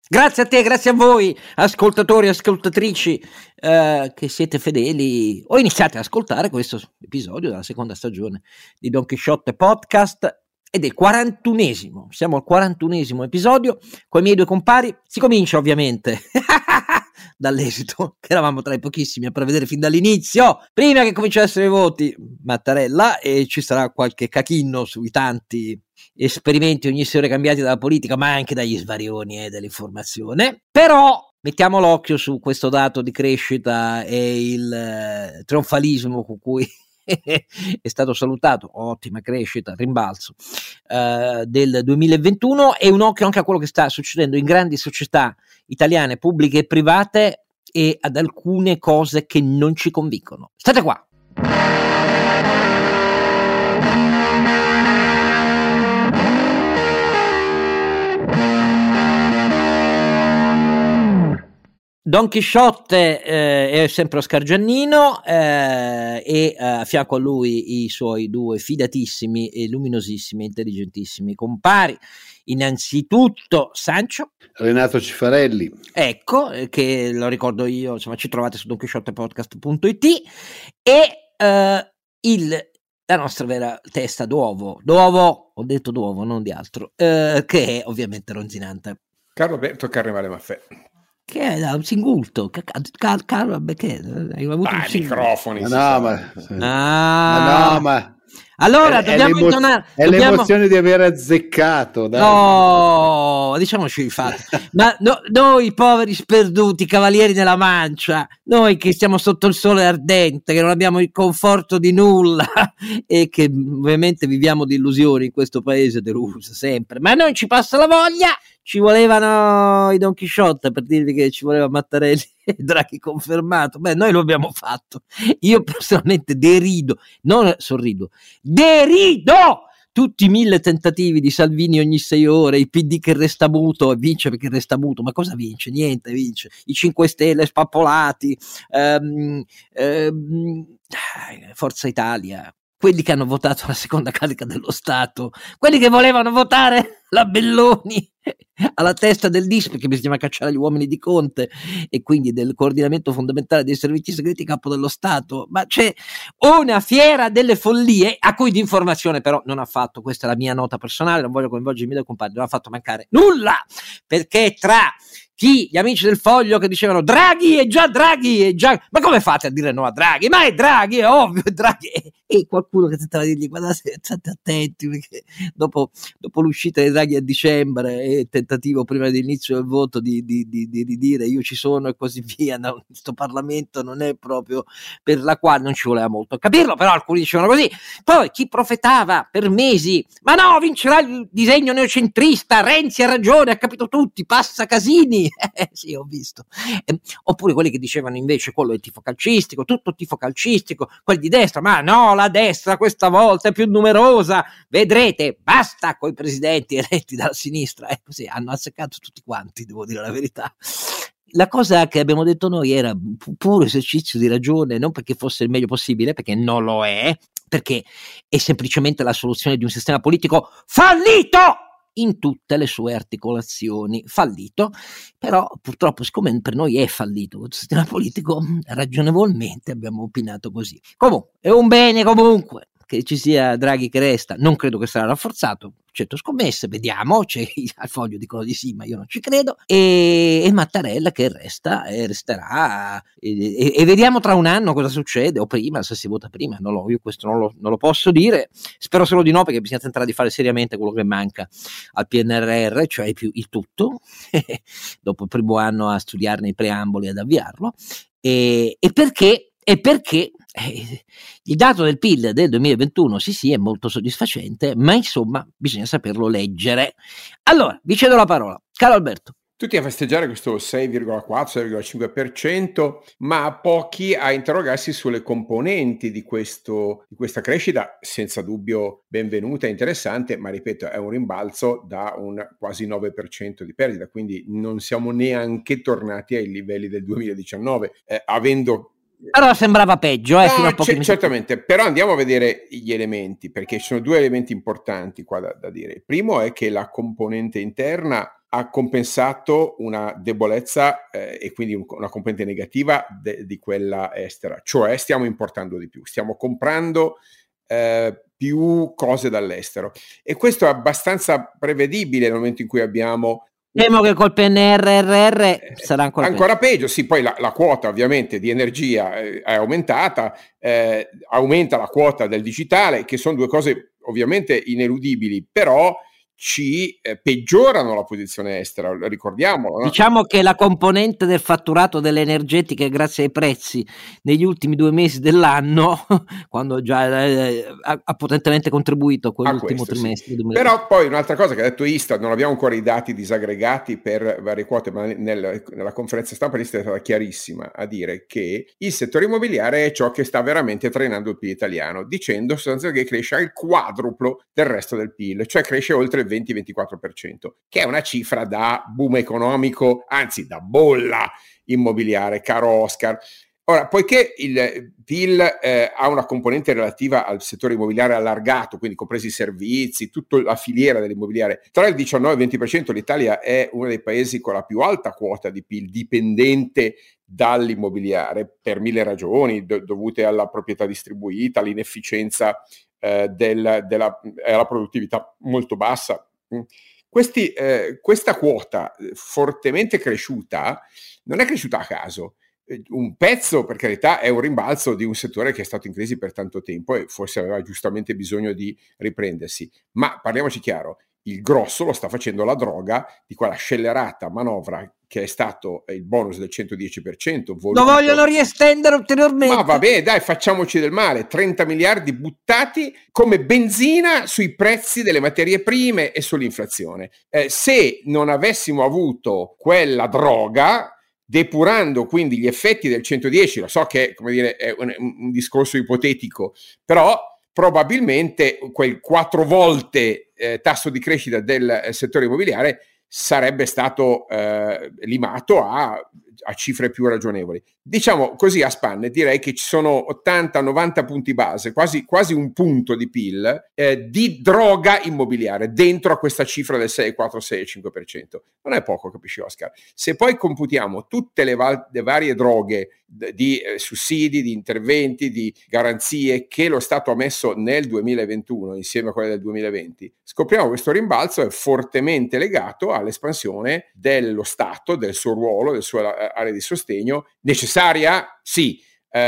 Grazie a te, grazie a voi, ascoltatori e ascoltatrici che siete fedeli o iniziate ad ascoltare questo episodio della seconda stagione di Don Chisciotte Podcast ed è il 41esimo, siamo al 41esimo episodio con i miei due compari. Si comincia ovviamente dall'esito, che eravamo tra i pochissimi a prevedere fin dall'inizio, prima che cominciassero i voti, Mattarella, e ci sarà qualche cachinno sui tanti esperimenti ogni sera cambiati dalla politica, ma anche dagli svarioni dell'informazione. Però mettiamo l'occhio su questo dato di crescita e il trionfalismo con cui è stato salutato, ottima crescita, rimbalzo del 2021, e un occhio anche a quello che sta succedendo in grandi società italiane pubbliche e private e ad alcune cose che non ci convincono. State qua. Don Chisciotte è sempre Oscar Giannino e a fianco a lui i suoi due fidatissimi e luminosissimi e intelligentissimi compari. Innanzitutto Sancio Renato Cifarelli, ecco, che lo ricordo io, insomma ci trovate su donchisciottepodcast.it, e la nostra vera testa d'uovo, ho detto d'uovo, non di altro, che è ovviamente Ronzinante. Carlo Alberto Carnevale Maffè. Che è un singulto, Carlo, perché hai avuto un microfoni. Allora dobbiamo intonare. L'emozione di aver azzeccato. Dai. No, diciamoci i fatti. Ma noi poveri sperduti, cavalieri della mancia, noi che stiamo sotto il sole ardente, che non abbiamo il conforto di nulla e che ovviamente viviamo di illusioni in questo paese deluso sempre, ma non ci passa la voglia. Ci volevano i Don Chisciotte per dirvi che ci voleva Mattarelli e Draghi confermato. Beh, noi lo abbiamo fatto. Io personalmente derido tutti i 1000 tentativi di Salvini ogni 6 ore, il PD che resta muto e vince perché resta muto. Ma cosa vince? Niente vince. I 5 Stelle spappolati, Forza Italia, quelli che hanno votato la seconda carica dello Stato, quelli che volevano votare la Belloni alla testa del DIS perché bisognava cacciare gli uomini di Conte e quindi del coordinamento fondamentale dei servizi segreti capo dello Stato. Ma c'è una fiera delle follie a cui di informazione però non ha fatto, questa è la mia nota personale, non voglio coinvolgermi dai compagni, non ha fatto mancare nulla, perché tra gli amici del Foglio che dicevano Draghi, ma come fate a dire no a Draghi? Ma è Draghi, è ovvio, è Draghi, e qualcuno che tentava di dirgli guardate, state attenti perché dopo l'uscita di Draghi a dicembre e tentativo prima dell'inizio del voto di ridire io ci sono e così via, no, questo Parlamento non è proprio per la quale non ci voleva molto capirlo, però alcuni dicevano così. Poi chi profetava per mesi ma no, vincerà il disegno neocentrista, Renzi ha ragione, ha capito tutti, passa Casini. Sì, ho visto. Oppure quelli che dicevano invece quello è il tifo calcistico, tutto tifo calcistico, quelli di destra, ma no, la destra questa volta è più numerosa, vedrete, basta coi presidenti eletti dalla sinistra. Così hanno azzeccato tutti quanti, devo dire la verità. La cosa che abbiamo detto noi era puro esercizio di ragione, non perché fosse il meglio possibile, perché non lo è, perché è semplicemente la soluzione di un sistema politico fallito in tutte le sue articolazioni, fallito, però purtroppo siccome per noi è fallito questo sistema politico, ragionevolmente abbiamo opinato così. Comunque, è un bene comunque che ci sia Draghi che resta, non credo che sarà rafforzato, certo scommesse, vediamo, al Foglio dicono di sì ma io non ci credo, e Mattarella che resta e resterà e vediamo tra un anno cosa succede, o prima, se si vota prima, io questo non lo posso dire, spero solo di no perché bisogna tentare di fare seriamente quello che manca al PNRR, cioè il tutto, dopo il primo anno a studiarne i preamboli e ad avviarlo, e perché il dato del PIL del 2021 sì è molto soddisfacente, ma insomma bisogna saperlo leggere. Allora vi cedo la parola, caro Alberto. Tutti a festeggiare questo 6,4-6,5%, ma pochi a interrogarsi sulle componenti di questa crescita, senza dubbio benvenuta e interessante, ma ripeto è un rimbalzo da un quasi 9% di perdita, quindi non siamo neanche tornati ai livelli del 2019, avendo... Però sembrava peggio, fino a pochi certamente, però andiamo a vedere gli elementi, perché ci sono due elementi importanti qua da dire. Il primo è che la componente interna ha compensato una debolezza e quindi una componente negativa di quella estera, cioè stiamo importando di più, stiamo comprando più cose dall'estero, e questo è abbastanza prevedibile nel momento in cui abbiamo... Temo che col PNRR sarà ancora peggio. Sì, poi la quota ovviamente di energia è aumentata, aumenta la quota del digitale, che sono due cose ovviamente ineludibili, però ci peggiorano la posizione estera, ricordiamolo. No? Diciamo che la componente del fatturato delle energetiche, grazie ai prezzi negli ultimi 2 mesi dell'anno, quando già ha potentemente contribuito quell'ultimo trimestre. Sì. Però poi un'altra cosa che ha detto Istat, non abbiamo ancora i dati disaggregati per varie quote, ma nella conferenza stampa l'Istat è stata chiarissima a dire che il settore immobiliare è ciò che sta veramente trainando il PIL italiano, dicendo sostanzialmente che cresce al quadruplo del resto del PIL, cioè cresce oltre il 20-24%, che è una cifra da boom economico, anzi da bolla immobiliare, caro Oscar. Ora, poiché il PIL ha una componente relativa al settore immobiliare allargato, quindi compresi i servizi, tutta la filiera dell'immobiliare, tra il 19 e il 20%, l'Italia è uno dei paesi con la più alta quota di PIL dipendente dall'immobiliare, per 1000 ragioni, dovute alla proprietà distribuita, all'inefficienza alla produttività molto bassa. Questa quota fortemente cresciuta non è cresciuta a caso. Un pezzo, per carità, è un rimbalzo di un settore che è stato in crisi per tanto tempo e forse aveva giustamente bisogno di riprendersi, ma parliamoci chiaro, il grosso lo sta facendo la droga di quella scellerata manovra che è stato il bonus del 110%. Lo vogliono riestendere ulteriormente. Ma vabbè, dai, facciamoci del male. 30 miliardi buttati come benzina sui prezzi delle materie prime e sull'inflazione. Se non avessimo avuto quella droga, depurando quindi gli effetti del 110, lo so che come dire, è un discorso ipotetico, però probabilmente quel 4 volte tasso di crescita del settore immobiliare sarebbe stato limato a cifre più ragionevoli. Diciamo così a spanne, direi che ci sono 80-90 punti base, quasi un punto di PIL di droga immobiliare dentro a questa cifra del 6,4-6,5%. Non è poco, capisci Oscar? Se poi computiamo tutte le varie droghe di sussidi, di interventi, di garanzie che lo Stato ha messo nel 2021 insieme a quelle del 2020, scopriamo che questo rimbalzo è fortemente legato all'espansione dello Stato, del suo ruolo, del suo area di sostegno. Necessaria? Sì.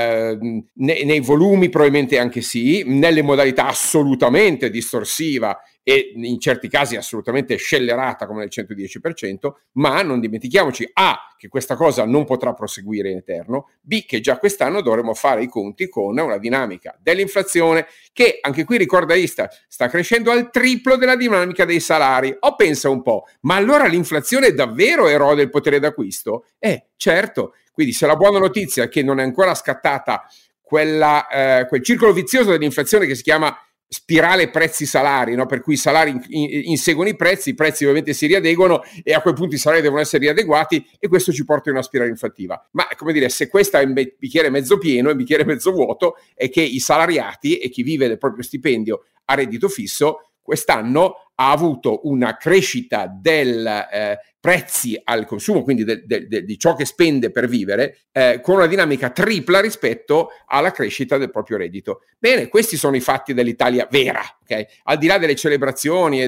Nei volumi probabilmente anche sì, nelle modalità assolutamente distorsiva e in certi casi assolutamente scellerata come nel 110%, ma non dimentichiamoci A, che questa cosa non potrà proseguire in eterno, B, che già quest'anno dovremo fare i conti con una dinamica dell'inflazione che, anche qui ricorda Istat, sta crescendo al triplo della dinamica dei salari. Pensa un po', ma allora l'inflazione davvero erode il potere d'acquisto? Certo. Quindi se la buona notizia è che non è ancora scattata quel circolo vizioso dell'inflazione che si chiama spirale prezzi-salari, no? Per cui i salari inseguono i prezzi ovviamente si riadeguano e a quel punto i salari devono essere riadeguati e questo ci porta in una spirale inflattiva. Ma come dire, se questo è un bicchiere mezzo pieno e un bicchiere mezzo vuoto, è che i salariati e chi vive del proprio stipendio a reddito fisso quest'anno ha avuto una crescita del prezzi al consumo, quindi di ciò che spende per vivere, con una dinamica tripla rispetto alla crescita del proprio reddito. Bene, questi sono i fatti dell'Italia vera, okay? Al di là delle celebrazioni e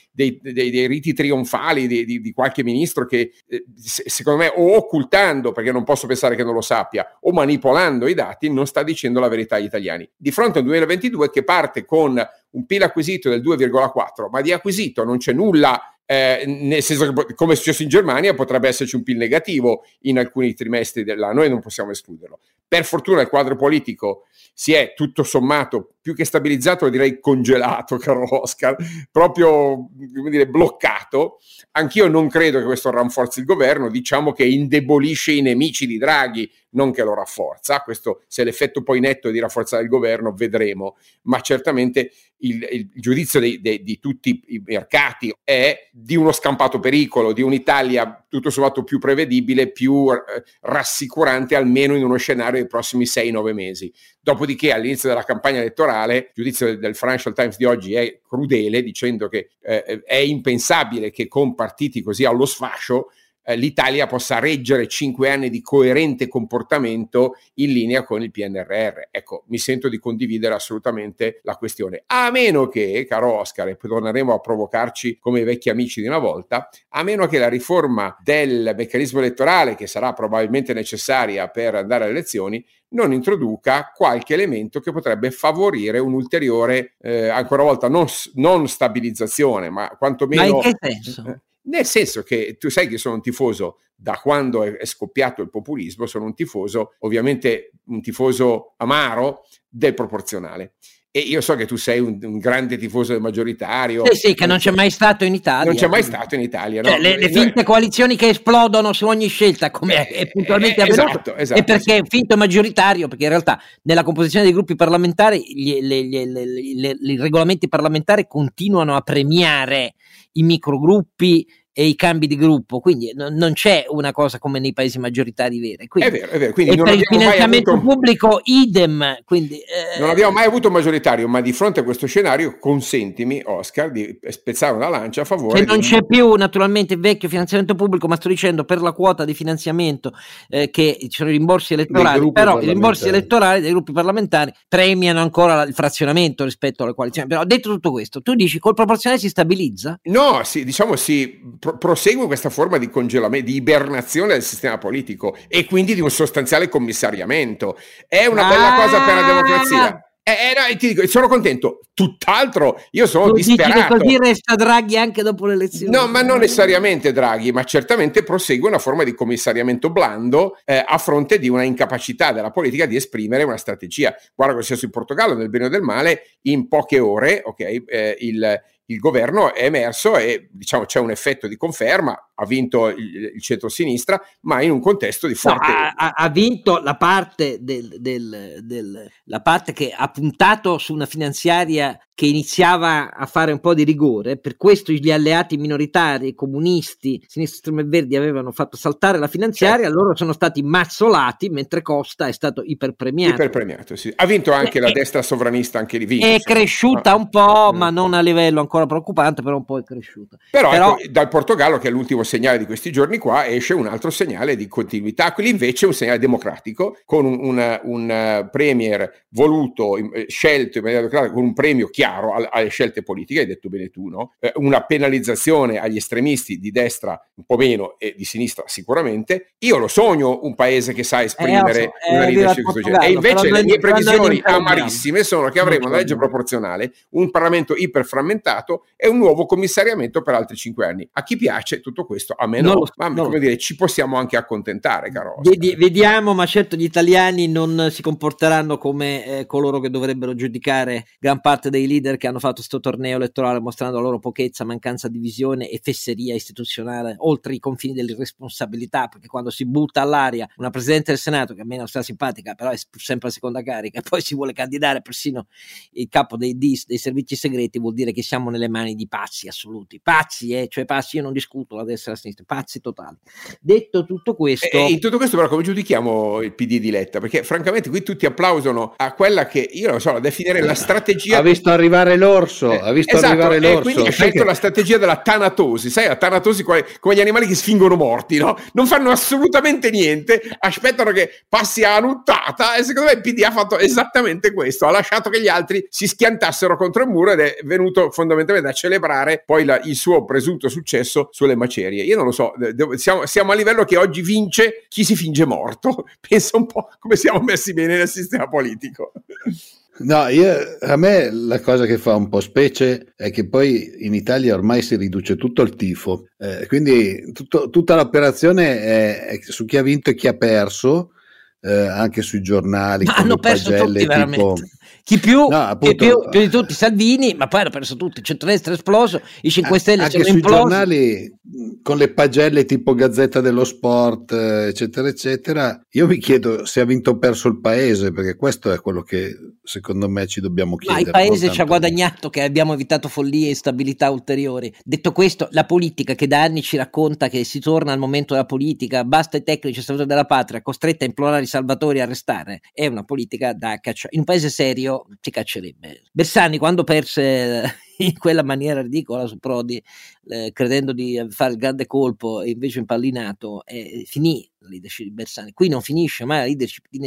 dei riti trionfali di qualche ministro che secondo me o occultando, perché non posso pensare che non lo sappia, o manipolando i dati, non sta dicendo la verità agli italiani. Di fronte a un 2022 che parte con un PIL acquisito del 2,4, ma di acquisito non c'è nulla, nel senso che come è successo in Germania potrebbe esserci un PIL negativo in alcuni trimestri dell'anno e non possiamo escluderlo. Per fortuna il quadro politico si è tutto sommato più che stabilizzato, direi congelato, caro Oscar, proprio come dire, bloccato. Anch'io non credo che questo rafforzi il governo, diciamo che indebolisce i nemici di Draghi, non che lo rafforza. Questo, se l'effetto poi netto è di rafforzare il governo, vedremo, ma certamente il giudizio di tutti i mercati è di uno scampato pericolo, di un'Italia tutto sommato più prevedibile, più rassicurante, almeno in uno scenario dei prossimi 6-9 mesi. Dopodiché all'inizio della campagna elettorale elettorale. Il giudizio del Financial Times di oggi è crudele, dicendo che è impensabile che con partiti così allo sfascio l'Italia possa reggere 5 anni di coerente comportamento in linea con il PNRR. Ecco, mi sento di condividere assolutamente la questione, a meno che, caro Oscar, e poi torneremo a provocarci come i vecchi amici di una volta, a meno che la riforma del meccanismo elettorale, che sarà probabilmente necessaria per andare alle elezioni, non introduca qualche elemento che potrebbe favorire un'ulteriore, ancora una volta, non stabilizzazione, ma quantomeno... Ma in che senso? Nel senso che tu sai che sono un tifoso, da quando è scoppiato il populismo, sono un tifoso, ovviamente un tifoso amaro del proporzionale. E io so che tu sei un grande tifoso del maggioritario. Sì, che non c'è mai stato in Italia. Non c'è mai stato in Italia, no? Cioè, le finte coalizioni che esplodono su ogni scelta, come è puntualmente avvenuto, esatto, e perché è finto maggioritario, perché in realtà nella composizione dei gruppi parlamentari i regolamenti parlamentari continuano a premiare i microgruppi e i cambi di gruppo, quindi non c'è una cosa come nei paesi maggioritari veri. Quindi, è vero. Quindi e non per il abbiamo finanziamento pubblico idem. Quindi, non abbiamo mai avuto un maggioritario, ma di fronte a questo scenario consentimi, Oscar, di spezzare una lancia a favore. Che non c'è più naturalmente il vecchio finanziamento pubblico, ma sto dicendo per la quota di finanziamento che ci sono i rimborsi elettorali, però i rimborsi elettorali dei gruppi parlamentari premiano ancora il frazionamento rispetto alle coalizioni. Però detto tutto questo, tu dici col proporzionale si stabilizza? No, si prosegue questa forma di congelamento, di ibernazione del sistema politico e quindi di un sostanziale commissariamento. È una bella cosa per la democrazia. No, ti dico, sono contento, tutt'altro io sono disperato. Dici che così resta Draghi anche dopo le elezioni? No, ma non necessariamente Draghi, ma certamente prosegue una forma di commissariamento blando a fronte di una incapacità della politica di esprimere una strategia. Guarda cosa è successo in Portogallo, nel bene o del male, in poche ore, il governo è emerso e diciamo c'è un effetto di conferma, ha vinto il centro-sinistra, ma in un contesto di forte... No, ha vinto la parte la parte che ha puntato su una finanziaria che iniziava a fare un po' di rigore. Per questo gli alleati minoritari, comunisti, Sinistra Estrema e Verdi avevano fatto saltare la finanziaria, loro sono stati mazzolati, mentre Costa è stato iperpremiato. Sì. Ha vinto anche la destra sovranista, anche lì vinto. È cresciuta un po', ma non a livello ancora preoccupante, però un po' è cresciuta. Però ecco, dal Portogallo, che è l'ultimo segnale di questi giorni qua, esce un altro segnale di continuità, quelli invece è un segnale democratico, con un premier voluto, scelto in maniera democratica, con un premio chiaro alle scelte politiche, hai detto bene tu, no? Una penalizzazione agli estremisti di destra un po' meno e di sinistra sicuramente. Io lo sogno un paese che sa esprimere una leadership di questo genere, e invece le mie previsioni amarissime sono che avremo una legge proporzionale, un Parlamento iperframmentato e un nuovo commissariamento per altri 5 anni. A chi piace tutto questo? A me no, ma come dire, ci possiamo anche accontentare, caro Oscar. Vediamo, ma certo gli italiani non si comporteranno come coloro che dovrebbero giudicare gran parte dei leader che hanno fatto sto torneo elettorale, mostrando la loro pochezza, mancanza di visione e fesseria istituzionale oltre i confini dell'irresponsabilità, perché quando si butta all'aria una Presidente del Senato che a me non sta simpatica, però è sempre la seconda carica, e poi si vuole candidare persino il capo dei DIS, dei servizi segreti, vuol dire che siamo nelle mani di pazzi assoluti, cioè pazzi, io non discuto la destra e la sinistra, pazzi totali. Detto tutto questo, in tutto questo però come giudichiamo il PD di Letta? Perché francamente qui tutti applaudono a quella che io non so, la definire la strategia. Ha visto arrivare l'orso, arrivare l'orso. Quindi ha scelto la strategia della tanatosi, sai, la tanatosi come gli animali che si fingono morti, no? Non fanno assolutamente niente, aspettano che passi a nuttata, e secondo me il PD ha fatto esattamente questo, ha lasciato che gli altri si schiantassero contro il muro ed è venuto fondamentalmente a celebrare poi il suo presunto successo sulle macerie. Io non lo so, siamo a livello che oggi vince chi si finge morto. Pensa un po' come siamo messi bene nel sistema politico. No, a me la cosa che fa un po' specie è che poi in Italia ormai si riduce tutto al tifo, quindi tutta l'operazione è su chi ha vinto e chi ha perso, anche sui giornali. Ma hanno perso tutti veramente. Chi più, no, più di tutti Salvini, ma poi hanno perso tutti. Il centrodestra è esploso, i 5 Stelle sono implosi. Anche sui giornali con le pagelle tipo Gazzetta dello Sport, eccetera eccetera. Io mi chiedo se ha vinto o perso il paese, perché questo è quello che secondo me ci dobbiamo chiedere. Ma il paese ci ha guadagnato che abbiamo evitato follie e instabilità ulteriori. Detto questo, la politica che da anni ci racconta che si torna al momento della politica, basta i tecnici, salvatori della patria, costretta a implorare i salvatori a restare, è una politica da cacciare. In un paese serio serio si caccerebbe. Bersani, quando perse in quella maniera ridicola su Prodi, credendo di fare il grande colpo e invece impallinato, finì la leadership di Bersani. Qui non finisce mai la leadership di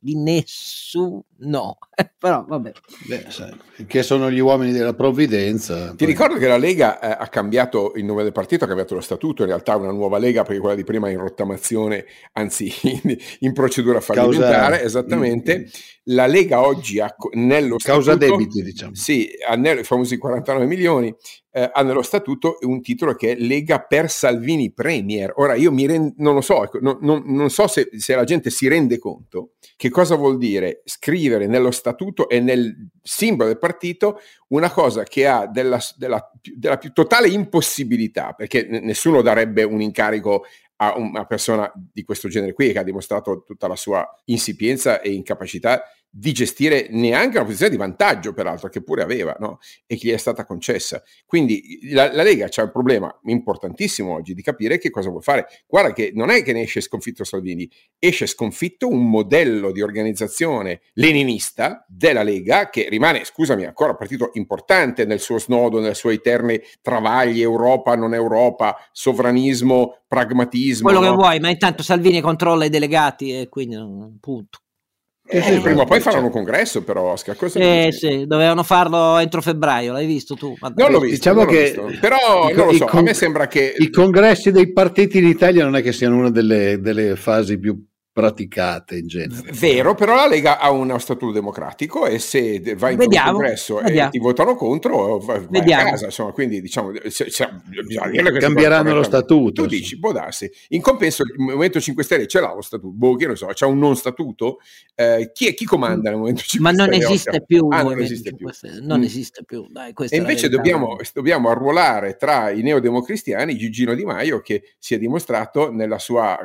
nessuno. Però vabbè. Sai, che sono gli uomini della provvidenza. Ti ricordo che la Lega ha cambiato il nome del partito, ha cambiato lo statuto, in realtà una nuova Lega, perché quella di prima è in rottamazione, anzi in procedura fallimentare, esattamente. La Lega oggi ha nello causa statuto, debiti, diciamo. Sì, ha i famosi 49 milioni, ha nello statuto un titolo che è Lega per Salvini Premier. Ora io non lo so, non so se la gente si rende conto che cosa vuol dire scrivere nello statuto e nel simbolo del partito una cosa che ha della più totale impossibilità, perché nessuno darebbe un incarico a una persona di questo genere qui, che ha dimostrato tutta la sua insipienza e incapacità di gestire neanche una posizione di vantaggio, peraltro, che pure aveva, no? E che gli è stata concessa. Quindi la Lega c'ha un problema importantissimo oggi di capire che cosa vuol fare. Guarda che non è che ne esce sconfitto Salvini, esce sconfitto un modello di organizzazione leninista della Lega, che rimane, scusami, ancora un partito importante nel suo snodo, nelle sue eterne travagli, Europa, non Europa, sovranismo, pragmatismo. Quello che vuoi, ma intanto Salvini controlla i delegati e quindi punto. Prima o poi faranno un congresso, però, Oscar. Sì, dovevano farlo entro febbraio, l'hai visto tu? Non l'ho visto, diciamo però non lo so, a me sembra che i congressi dei partiti in Italia non è che siano una delle fasi più praticate in genere. Vero, però la Lega ha uno statuto democratico e se vai in un congresso e ti votano contro, vai a casa, insomma, quindi diciamo cambieranno lo statuto. Tu dici, può darsi. In compenso il Movimento 5 Stelle ce l'ha lo statuto, che ne so, c'ha un non statuto. Chi comanda nel Movimento 5 Stelle? Ma non esiste più. Non esiste più. Non esiste più. Dai, e invece dobbiamo arruolare tra i neodemocristiani Gigino Di Maio, che si è dimostrato nella sua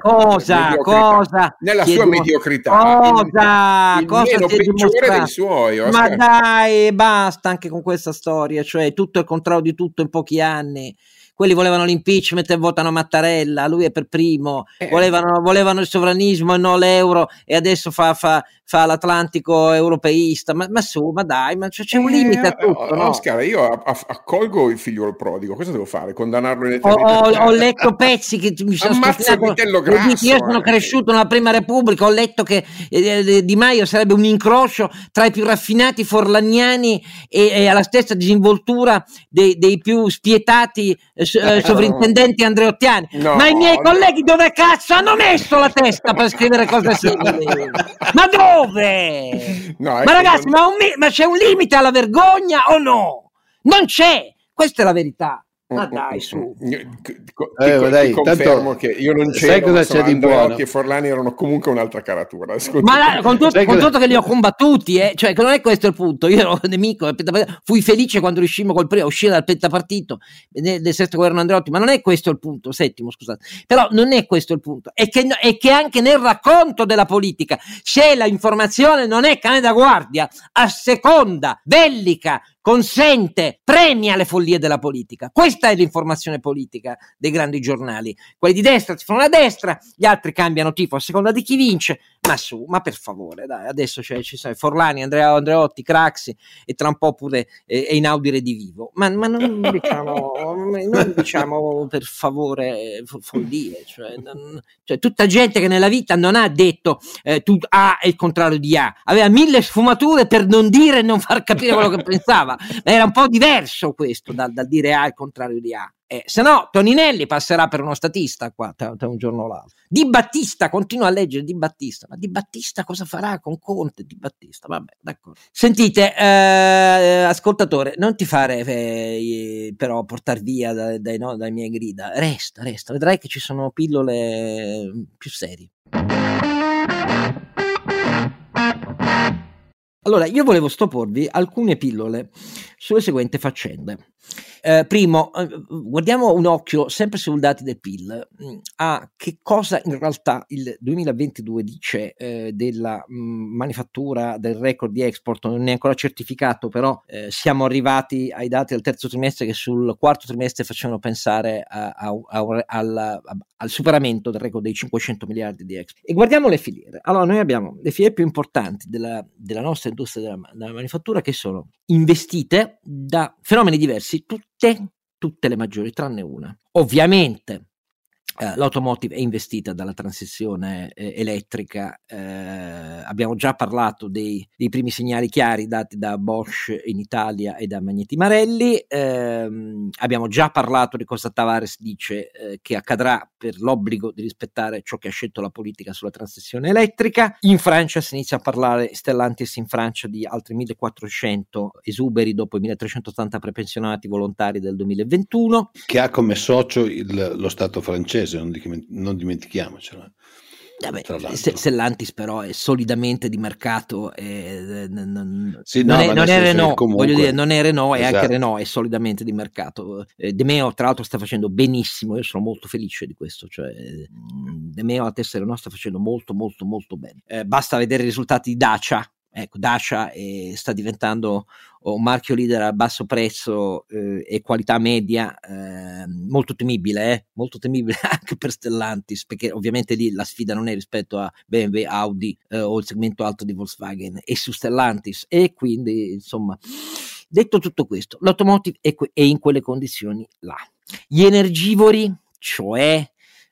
nella sua mediocrità, il meno peggiore dei suoi. Ma dai, basta anche con questa storia, cioè tutto il contrario di tutto in pochi anni. Quelli volevano l'impeachment e votano Mattarella, lui è per primo, volevano il sovranismo e non l'euro, e adesso fa l'Atlantico europeista, ma dai, ma c'è un limite a tutto, no? Oscar, io accolgo il figliolo prodigo, cosa devo fare? Condannarlo in eternità? Ho letto pezzi che mi sono grasso, io sono cresciuto nella Prima Repubblica, ho letto che Di Maio sarebbe un incrocio tra i più raffinati forlaniani e alla stessa disinvoltura dei più spietati sovrintendenti andreottiani. Ma i miei colleghi dove cazzo hanno messo la testa per scrivere cose simili? Ma dove? Ma ragazzi, ma c'è un limite alla vergogna o no? Non c'è, questa è la verità. Ma dai, su. Ti confermo che io non c'ero, Andreotti e Forlani erano comunque un'altra caratura. Ma con tutto che li ho combattuti, cioè che non è questo il punto. Io ero nemico, fui felice quando riuscimmo col primo a uscire dal pentapartito del sesto governo Andreotti, ma non è questo il punto, settimo, scusate. Però non è questo il punto, è che anche nel racconto della politica, se la informazione non è cane da guardia, asseconda, bellica, consente, premia le follie della politica. Questa è l'informazione politica dei grandi giornali. Quelli di destra tifano la destra, gli altri cambiano tifo a seconda di chi vince. Ma per favore, dai, adesso ci sono Forlani, Andreotti, Craxi e tra un po' pure Einaudi Redivivo. Ma non diciamo per favore follie, cioè tutta gente che nella vita non ha detto A è il contrario di A, aveva 1000 sfumature per non dire e non far capire quello che pensava. Era un po' diverso questo dal dire A è il contrario di A. Se no Toninelli passerà per uno statista qua tra un giorno o l'altro. Di Battista, continua a leggere Di Battista, ma Di Battista cosa farà con Conte? Di Battista, vabbè, d'accordo. Sentite, ascoltatore, non ti fare però portar via dai miei grida, resta, vedrai che ci sono pillole più serie. Allora, io volevo proporvi alcune pillole sulle seguenti faccende. Primo, guardiamo un occhio sempre sui dati del PIL a che cosa in realtà il 2022 dice della manifattura, del record di export. Non è ancora certificato, però siamo arrivati ai dati del terzo trimestre che sul quarto trimestre facevano pensare al superamento del record dei 500 miliardi di export. E guardiamo le filiere. Allora, noi abbiamo le filiere più importanti della nostra industria della manifattura, che sono investite da fenomeni diversi, tutte le maggiori tranne una. Ovviamente l'automotive è investita dalla transizione elettrica. Abbiamo già parlato dei primi segnali chiari dati da Bosch in Italia e da Magneti Marelli. Abbiamo già parlato di cosa Tavares dice che accadrà per l'obbligo di rispettare ciò che ha scelto la politica sulla transizione elettrica. In Francia si inizia a parlare, Stellantis in Francia, di altri 1400 esuberi dopo i 1380 prepensionati volontari del 2021, che ha come socio lo Stato francese. Non dimentichiamocelo. Stellantis però è solidamente di mercato, non è Renault, comunque, voglio dire, non è Renault, esatto. E anche Renault è solidamente di mercato. De Meo tra l'altro sta facendo benissimo, io sono molto felice di questo, cioè De Meo a testa Renault sta facendo molto molto molto bene. Basta vedere i risultati di Dacia. Ecco, Dacia sta diventando un marchio leader a basso prezzo e qualità media, molto temibile anche per Stellantis, perché ovviamente lì la sfida non è rispetto a BMW, Audi o il segmento alto di Volkswagen, è su Stellantis. E quindi, insomma, detto tutto questo, l'automotive è in quelle condizioni là. Gli energivori, cioè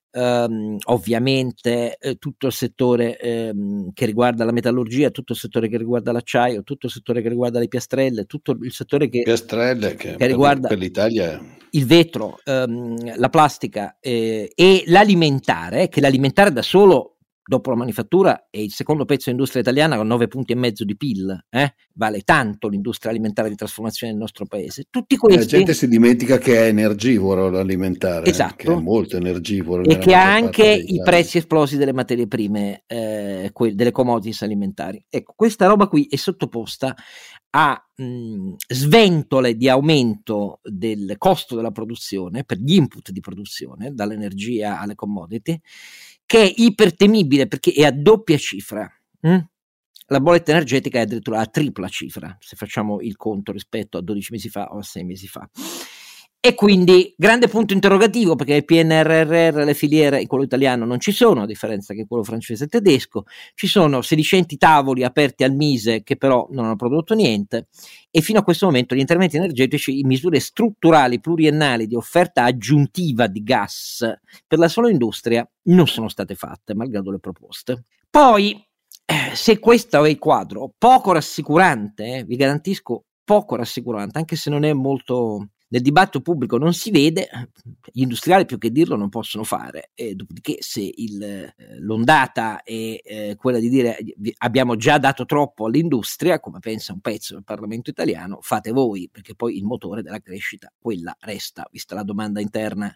ovviamente tutto il settore che riguarda la metallurgia, tutto il settore che riguarda l'acciaio, tutto il settore che riguarda le piastrelle, tutto il settore che riguarda per l'Italia, il vetro, la plastica e l'alimentare, che l'alimentare da solo dopo la manifattura è il secondo pezzo dell'industria italiana con 9,5 punti di PIL, vale tanto l'industria alimentare di trasformazione del nostro paese. Tutti questi, la gente si dimentica che è energivoro l'alimentare, esatto, che è molto energivoro e che ha anche i prezzi esplosi delle materie prime, delle commodities alimentari. Ecco, questa roba qui è sottoposta a sventole di aumento del costo della produzione per gli input di produzione, dall'energia alle commodity, che è ipertemibile perché è a doppia cifra. La bolletta energetica è addirittura a tripla cifra, se facciamo il conto rispetto a 12 mesi fa o a 6 mesi fa. E quindi grande punto interrogativo, perché il PNRR, le filiere in quello italiano non ci sono, a differenza che quello francese e tedesco. Ci sono sedicenti tavoli aperti al Mise che però non hanno prodotto niente, e fino a questo momento gli interventi energetici in misure strutturali pluriennali di offerta aggiuntiva di gas per la sola industria non sono state fatte, malgrado le proposte. Poi, se questo è il quadro, poco rassicurante, vi garantisco poco rassicurante, anche se non è molto... Nel dibattito pubblico non si vede, gli industriali più che dirlo non possono fare, e dopodiché se l'ondata è quella di dire abbiamo già dato troppo all'industria, come pensa un pezzo del Parlamento italiano, fate voi, perché poi il motore della crescita, quella resta, vista la domanda interna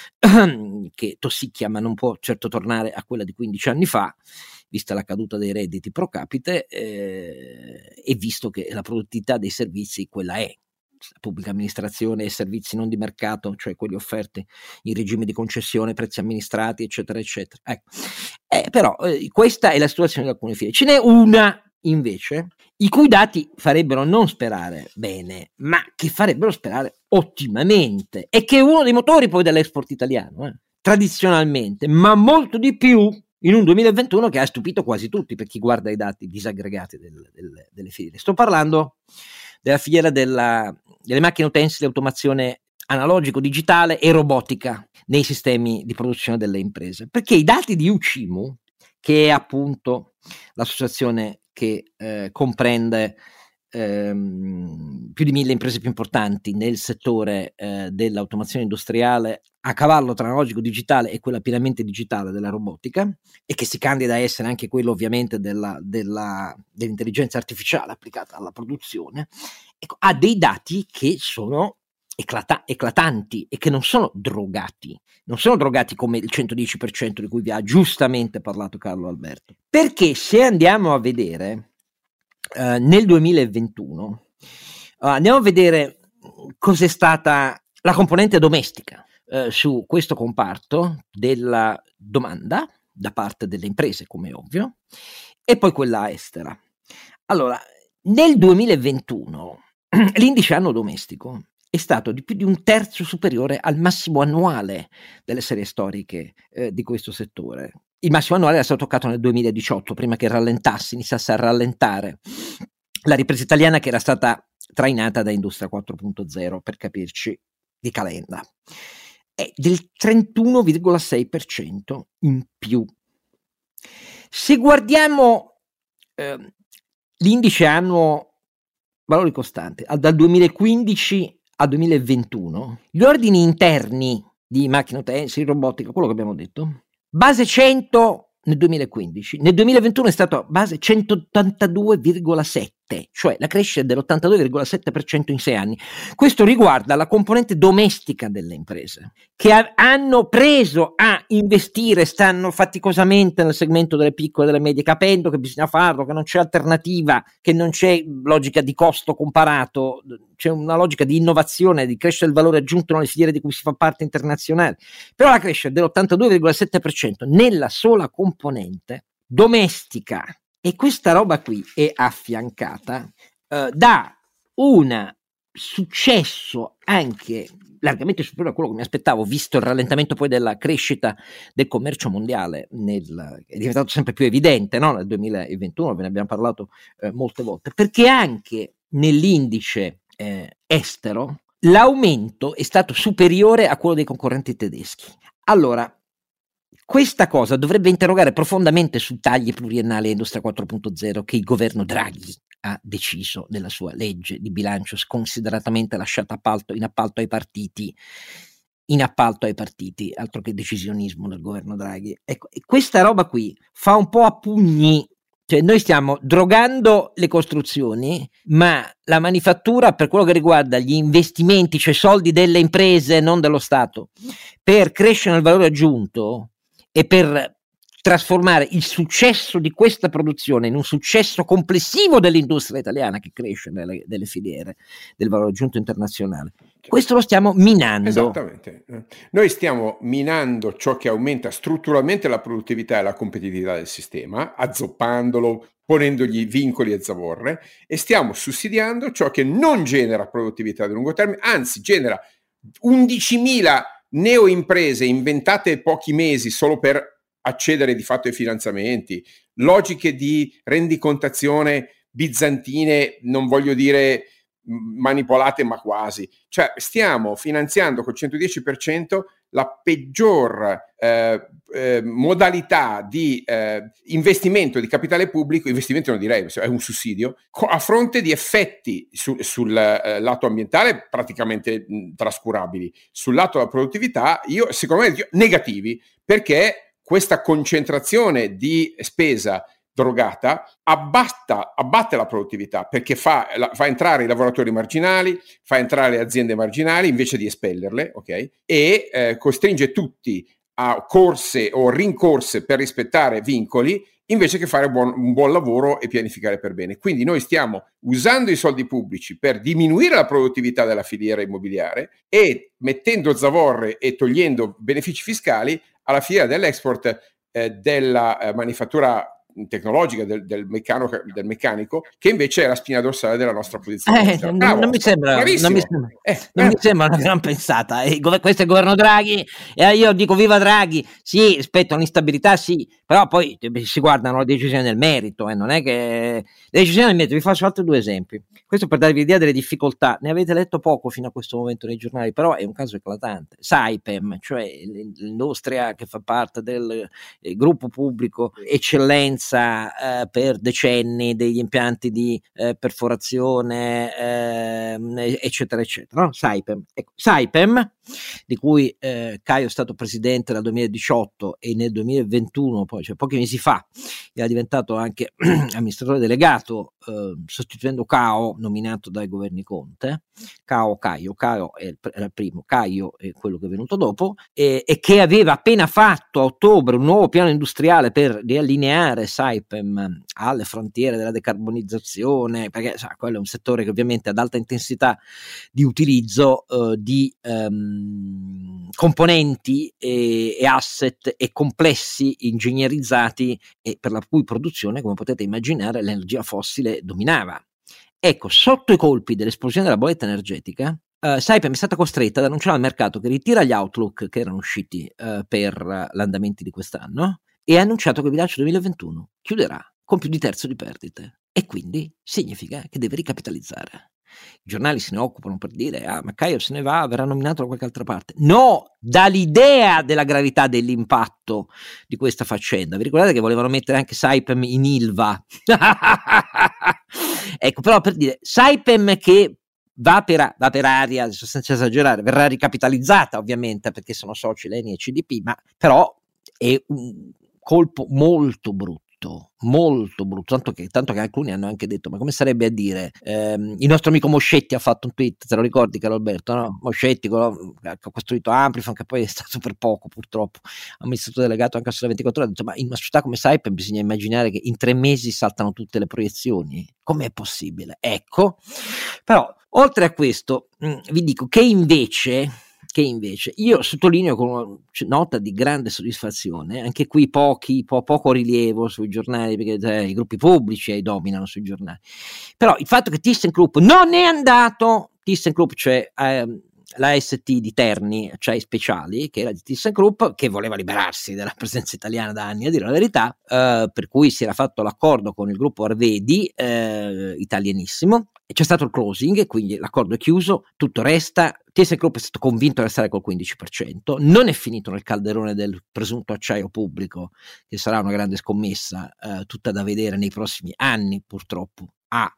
che tossicchia ma non può certo tornare a quella di 15 anni fa, vista la caduta dei redditi pro capite e visto che la produttività dei servizi quella è. Pubblica amministrazione e servizi non di mercato, cioè quelli offerti in regime di concessione, prezzi amministrati, eccetera, eccetera. Ecco. Però questa è la situazione di alcune filiere. Ce n'è una, invece, i cui dati farebbero non sperare bene, ma che farebbero sperare ottimamente, e che è uno dei motori poi dell'export italiano, tradizionalmente, ma molto di più in un 2021 che ha stupito quasi tutti, per chi guarda i dati disaggregati delle filiere. Sto parlando della filiera delle macchine utensili, automazione analogico-digitale e robotica nei sistemi di produzione delle imprese, perché i dati di UCIMU, che è appunto l'associazione che comprende più di 1000 imprese più importanti nel settore dell'automazione industriale a cavallo tra analogico digitale e quella pienamente digitale della robotica, e che si candida a essere anche quello ovviamente dell'intelligenza artificiale applicata alla produzione, ecco, ha dei dati che sono eclatanti e che non sono drogati come il 110% di cui vi ha giustamente parlato Carlo Alberto, perché se andiamo a vedere nel 2021 andiamo a vedere cos'è stata la componente domestica su questo comparto della domanda da parte delle imprese, come è ovvio, e poi quella estera. Allora, nel 2021 l'indice anno domestico è stato di più di un terzo superiore al massimo annuale delle serie storiche di questo settore. Il massimo annuale era stato toccato nel 2018, prima che iniziasse a rallentare la ripresa italiana, che era stata trainata da Industria 4.0, per capirci, di Calenda. È del 31,6% in più. Se guardiamo l'indice annuo valori costanti dal 2015 al 2021, gli ordini interni di macchine utensili, robotica, quello che abbiamo detto, base 100 nel 2015, nel 2021 è stato base 182,7, cioè la crescita dell'82,7% in 6 anni. Questo riguarda la componente domestica delle imprese, che hanno preso a investire, stanno faticosamente nel segmento delle piccole e delle medie, capendo che bisogna farlo, che non c'è alternativa, che non c'è logica di costo comparato, c'è una logica di innovazione, di crescere il valore aggiunto nelle filiere di cui si fa parte internazionale. Però la crescita dell'82,7% nella sola componente domestica, e questa roba qui è affiancata da un successo anche largamente superiore a quello che mi aspettavo, visto il rallentamento poi della crescita del commercio mondiale, è diventato sempre più evidente, no? Nel 2021 ve ne abbiamo parlato molte volte, perché anche nell'indice estero l'aumento è stato superiore a quello dei concorrenti tedeschi. Allora, questa cosa dovrebbe interrogare profondamente su tagli pluriennali a Industria 4.0 che il governo Draghi ha deciso nella sua legge di bilancio, sconsideratamente lasciata in appalto ai partiti, altro che decisionismo del governo Draghi. Ecco, e questa roba qui fa un po' a pugni. Cioè, noi stiamo drogando le costruzioni, ma la manifattura, per quello che riguarda gli investimenti, cioè soldi delle imprese, non dello Stato, per crescere nel valore aggiunto e per trasformare il successo di questa produzione in un successo complessivo dell'industria italiana che cresce nelle filiere del valore aggiunto internazionale. Questo lo stiamo minando. Esattamente. Noi stiamo minando ciò che aumenta strutturalmente la produttività e la competitività del sistema, azzoppandolo, ponendogli vincoli e zavorre, e stiamo sussidiando ciò che non genera produttività di lungo termine, anzi genera 11.000 neoimprese inventate pochi mesi solo per accedere di fatto ai finanziamenti, logiche di rendicontazione bizantine, non voglio dire manipolate, ma quasi. Cioè stiamo finanziando col 110% la peggior modalità di investimento di capitale pubblico, investimento non direi, è un sussidio, a fronte di effetti sul lato ambientale praticamente trascurabili, sul lato della produttività secondo me negativi, perché questa concentrazione di spesa drogata abbatte la produttività, perché fa entrare i lavoratori marginali, fa entrare le aziende marginali invece di espellerle, ok? E costringe tutti a corse o rincorse per rispettare vincoli invece che fare un buon lavoro e pianificare per bene. Quindi noi stiamo usando i soldi pubblici per diminuire la produttività della filiera immobiliare e mettendo zavorre e togliendo benefici fiscali alla filiera dell'export della manifattura tecnologica del meccanico, che invece è la spina dorsale della nostra posizione. Non mi sembra una gran pensata. Questo è il governo Draghi, e io dico viva Draghi, sì, rispetto all'instabilità, sì, però poi si guardano le decisioni nel merito, non è che le decisioni nel merito. Vi faccio altri 2 esempi, questo per darvi l'idea delle difficoltà. Ne avete letto poco fino a questo momento nei giornali, però è un caso eclatante. Saipem, cioè l'industria che fa parte del gruppo pubblico eccellenza per decenni degli impianti di perforazione eccetera eccetera, no? Saipem, ecco, Saipem, di cui Caio è stato presidente dal 2018 e nel 2021 poi, cioè pochi mesi fa, era diventato anche amministratore delegato, sostituendo Cao, nominato dai governi Conte. Caio era il primo, Caio è quello che è venuto dopo, e che aveva appena fatto a ottobre un nuovo piano industriale per riallineare Saipem alle frontiere della decarbonizzazione, perché quello è un settore che ovviamente ad alta intensità di utilizzo di componenti e asset e complessi ingegnerizzati, e per la cui produzione, come potete immaginare, l'energia fossile dominava. Ecco, sotto i colpi dell'esplosione della bolletta energetica, Saipem è stata costretta ad annunciare al mercato che ritira gli outlook che erano usciti per l'andamento di quest'anno, e ha annunciato che il bilancio 2021 chiuderà con più di terzo di perdite, e quindi significa che deve ricapitalizzare. I giornali se ne occupano per dire: ma Caio se ne va, verrà nominato da qualche altra parte. No, dall'idea della gravità dell'impatto di questa faccenda. Vi ricordate che volevano mettere anche Saipem in Ilva? Ecco, però per dire, Saipem che va per aria, senza esagerare, verrà ricapitalizzata ovviamente perché sono soci l'ENI e CDP, ma però è un colpo molto brutto, tanto che alcuni hanno anche detto: ma come sarebbe a dire, il nostro amico Moscetti ha fatto un tweet, te lo ricordi Carlo Alberto, no? Moscetti ha costruito Amplifon, che poi è stato per poco purtroppo amministratore delegato anche a Sole 24 Ore, ha detto: ma in una società come Saipem bisogna immaginare che in 3 mesi saltano tutte le proiezioni, com'è possibile? Ecco, però oltre a questo vi dico che invece io sottolineo con una nota di grande soddisfazione, anche qui poco rilievo sui giornali, perché i gruppi pubblici dominano sui giornali, però il fatto che ThyssenKrupp non è andato, ThyssenKrupp, cioè la ST di Terni, Acciai Speciali, che era di ThyssenKrupp, che voleva liberarsi della presenza italiana da anni, a dire la verità, per cui si era fatto l'accordo con il gruppo Arvedi, italianissimo, e c'è stato il closing, quindi l'accordo è chiuso, tutto resta. ThyssenKrupp è stato convinto a restare col 15%, non è finito nel calderone del presunto acciaio pubblico, che sarà una grande scommessa, tutta da vedere nei prossimi anni purtroppo a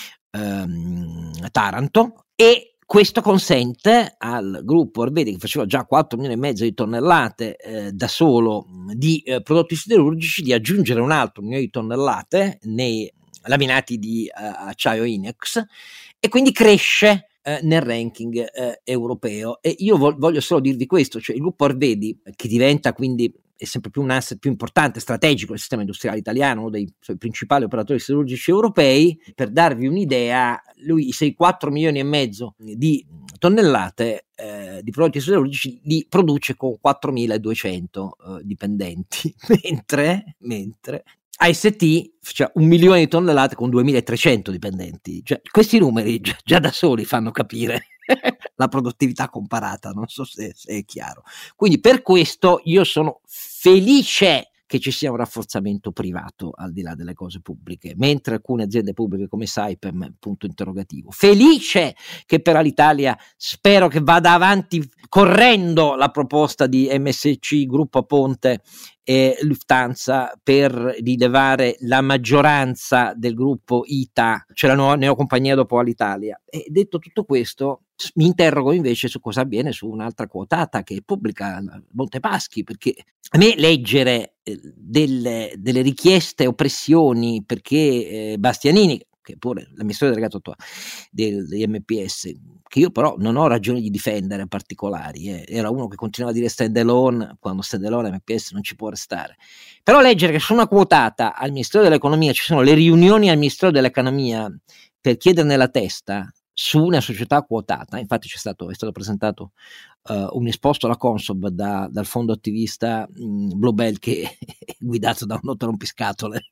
Taranto, e questo consente al gruppo Arvedi, che faceva già 4,5 milioni di tonnellate da solo di prodotti siderurgici, di aggiungere un altro milione di tonnellate nei laminati di acciaio Inex, e quindi cresce nel ranking europeo. E io voglio solo dirvi questo, cioè il gruppo Arvedi, che diventa quindi è sempre più un asset più importante, strategico del sistema industriale italiano, uno dei suoi principali operatori siderurgici europei. Per darvi un'idea, lui i 4,5 milioni di tonnellate di prodotti siderurgici li produce con 4.200 dipendenti, mentre AST, cioè 1 milione di tonnellate con 2.300 dipendenti. Cioè, questi numeri già da soli fanno capire la produttività comparata, non so se è chiaro. Quindi per questo io sono felice che ci sia un rafforzamento privato al di là delle cose pubbliche, mentre alcune aziende pubbliche come Saipem, punto interrogativo. Felice che per Alitalia spero che vada avanti correndo la proposta di MSC, Gruppo Ponte e Lufthansa per rilevare la maggioranza del gruppo ITA, cioè la neocompagnia dopo Alitalia. E detto tutto questo, mi interrogo invece su cosa avviene su un'altra quotata che pubblica Montepaschi, perché a me leggere delle richieste o pressioni, perché Bastianini, che pure l'amministratore delegato di MPS, che io però non ho ragione di difendere particolari, era uno che continuava a dire stand alone, quando stand alone MPS non ci può restare. Però leggere che su una quotata al Ministero dell'Economia ci sono le riunioni al Ministero dell'Economia per chiederne la testa su una società quotata, infatti è stato presentato un esposto alla Consob dal fondo attivista Bluebell, che è guidato da un noto rompiscatole.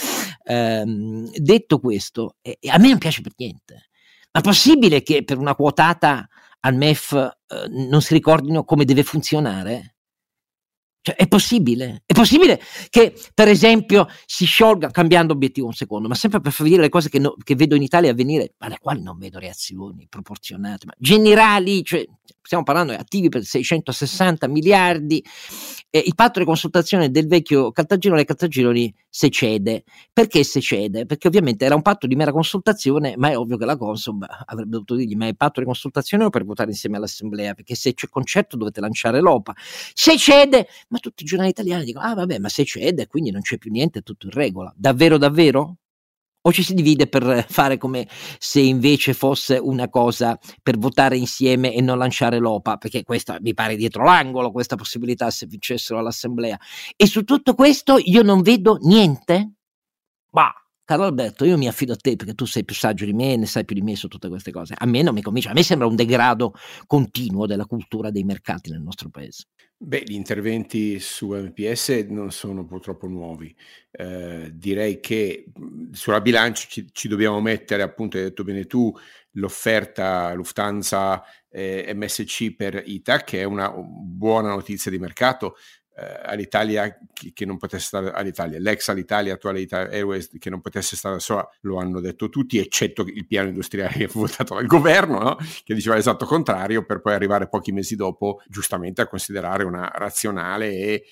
Detto questo, a me non piace per niente, ma possibile che per una quotata al MEF non si ricordino come deve funzionare? Cioè, è possibile che per esempio si sciolga, cambiando obiettivo un secondo, ma sempre per far vedere le cose che vedo in Italia avvenire, alle quali non vedo reazioni proporzionate, ma generali, cioè stiamo parlando di attivi per 660 miliardi, il patto di consultazione del vecchio Caltagirone se cede. Perché se cede? Perché ovviamente era un patto di mera consultazione, ma è ovvio che la Consob avrebbe dovuto dirgli: ma è patto di consultazione o per votare insieme all'assemblea? Perché se c'è concerto dovete lanciare l'OPA. Se cede, ma tutti i giornali italiani dicono: vabbè, ma se cede quindi non c'è più niente, è tutto in regola. Davvero? O ci si divide per fare come se invece fosse una cosa per votare insieme e non lanciare l'OPA? Perché questa mi pare dietro l'angolo, questa possibilità, se vincessero all'assemblea. E su tutto questo io non vedo niente. Ma caro Alberto, io mi affido a te perché tu sei più saggio di me e ne sai più di me su tutte queste cose. A me non mi convince, a me sembra un degrado continuo della cultura dei mercati nel nostro paese. Beh, gli interventi su MPS non sono purtroppo nuovi. Direi che sulla bilancia ci dobbiamo mettere, appunto, hai detto bene tu, l'offerta Lufthansa MSC per ITA, che è una buona notizia di mercato. All'Italia che non potesse stare all'Italia, l'ex Alitalia, attuale Italia Airways, che non potesse stare da sola, lo hanno detto tutti, eccetto il piano industriale votato dal governo, no? Che diceva l'esatto contrario, per poi arrivare pochi mesi dopo giustamente a considerare una razionale e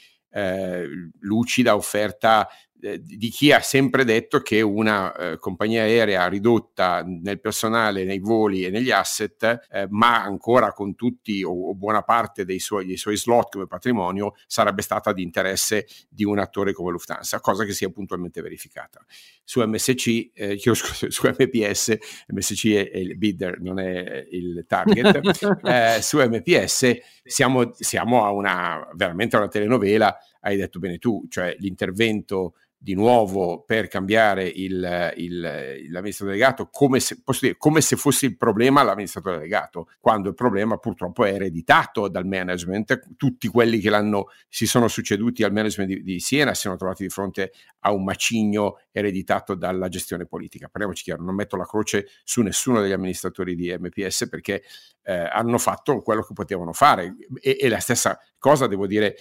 lucida offerta di chi ha sempre detto che una compagnia aerea ridotta nel personale, nei voli e negli asset, ma ancora con tutti o buona parte dei suoi slot come patrimonio, sarebbe stata di interesse di un attore come Lufthansa, cosa che si è puntualmente verificata. Su MSC, su MPS, MSC è il bidder, non è il target. Su MPS siamo a veramente a una telenovela, hai detto bene tu, cioè l'intervento di nuovo per cambiare l'amministratore delegato, come se fosse il problema l'amministratore delegato, quando il problema purtroppo è ereditato dal management. Tutti quelli che si sono succeduti al management di Siena si sono trovati di fronte a un macigno ereditato dalla gestione politica. Parliamoci chiaro, non metto la croce su nessuno degli amministratori di MPS, perché hanno fatto quello che potevano fare, e la stessa cosa devo dire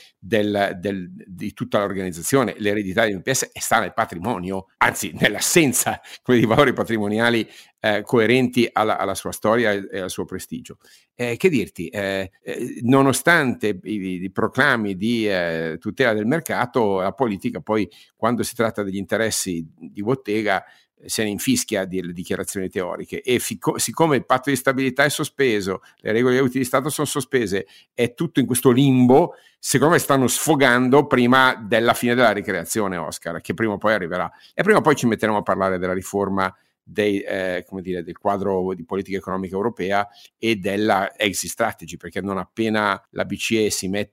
di tutta l'organizzazione. L'eredità di MPS sta nel patrimonio, anzi nell'assenza di valori patrimoniali coerenti alla sua storia e al suo prestigio. Che dirti, nonostante i proclami di tutela del mercato, la politica poi, quando si tratta degli interessi di bottega, se ne infischia delle dichiarazioni teoriche, e siccome il patto di stabilità è sospeso, le regole degli aiuti di Stato sono sospese, è tutto in questo limbo, secondo me stanno sfogando prima della fine della ricreazione, Oscar, che prima o poi arriverà, e prima o poi ci metteremo a parlare della riforma del quadro di politica economica europea e della exit strategy, perché non appena la BCE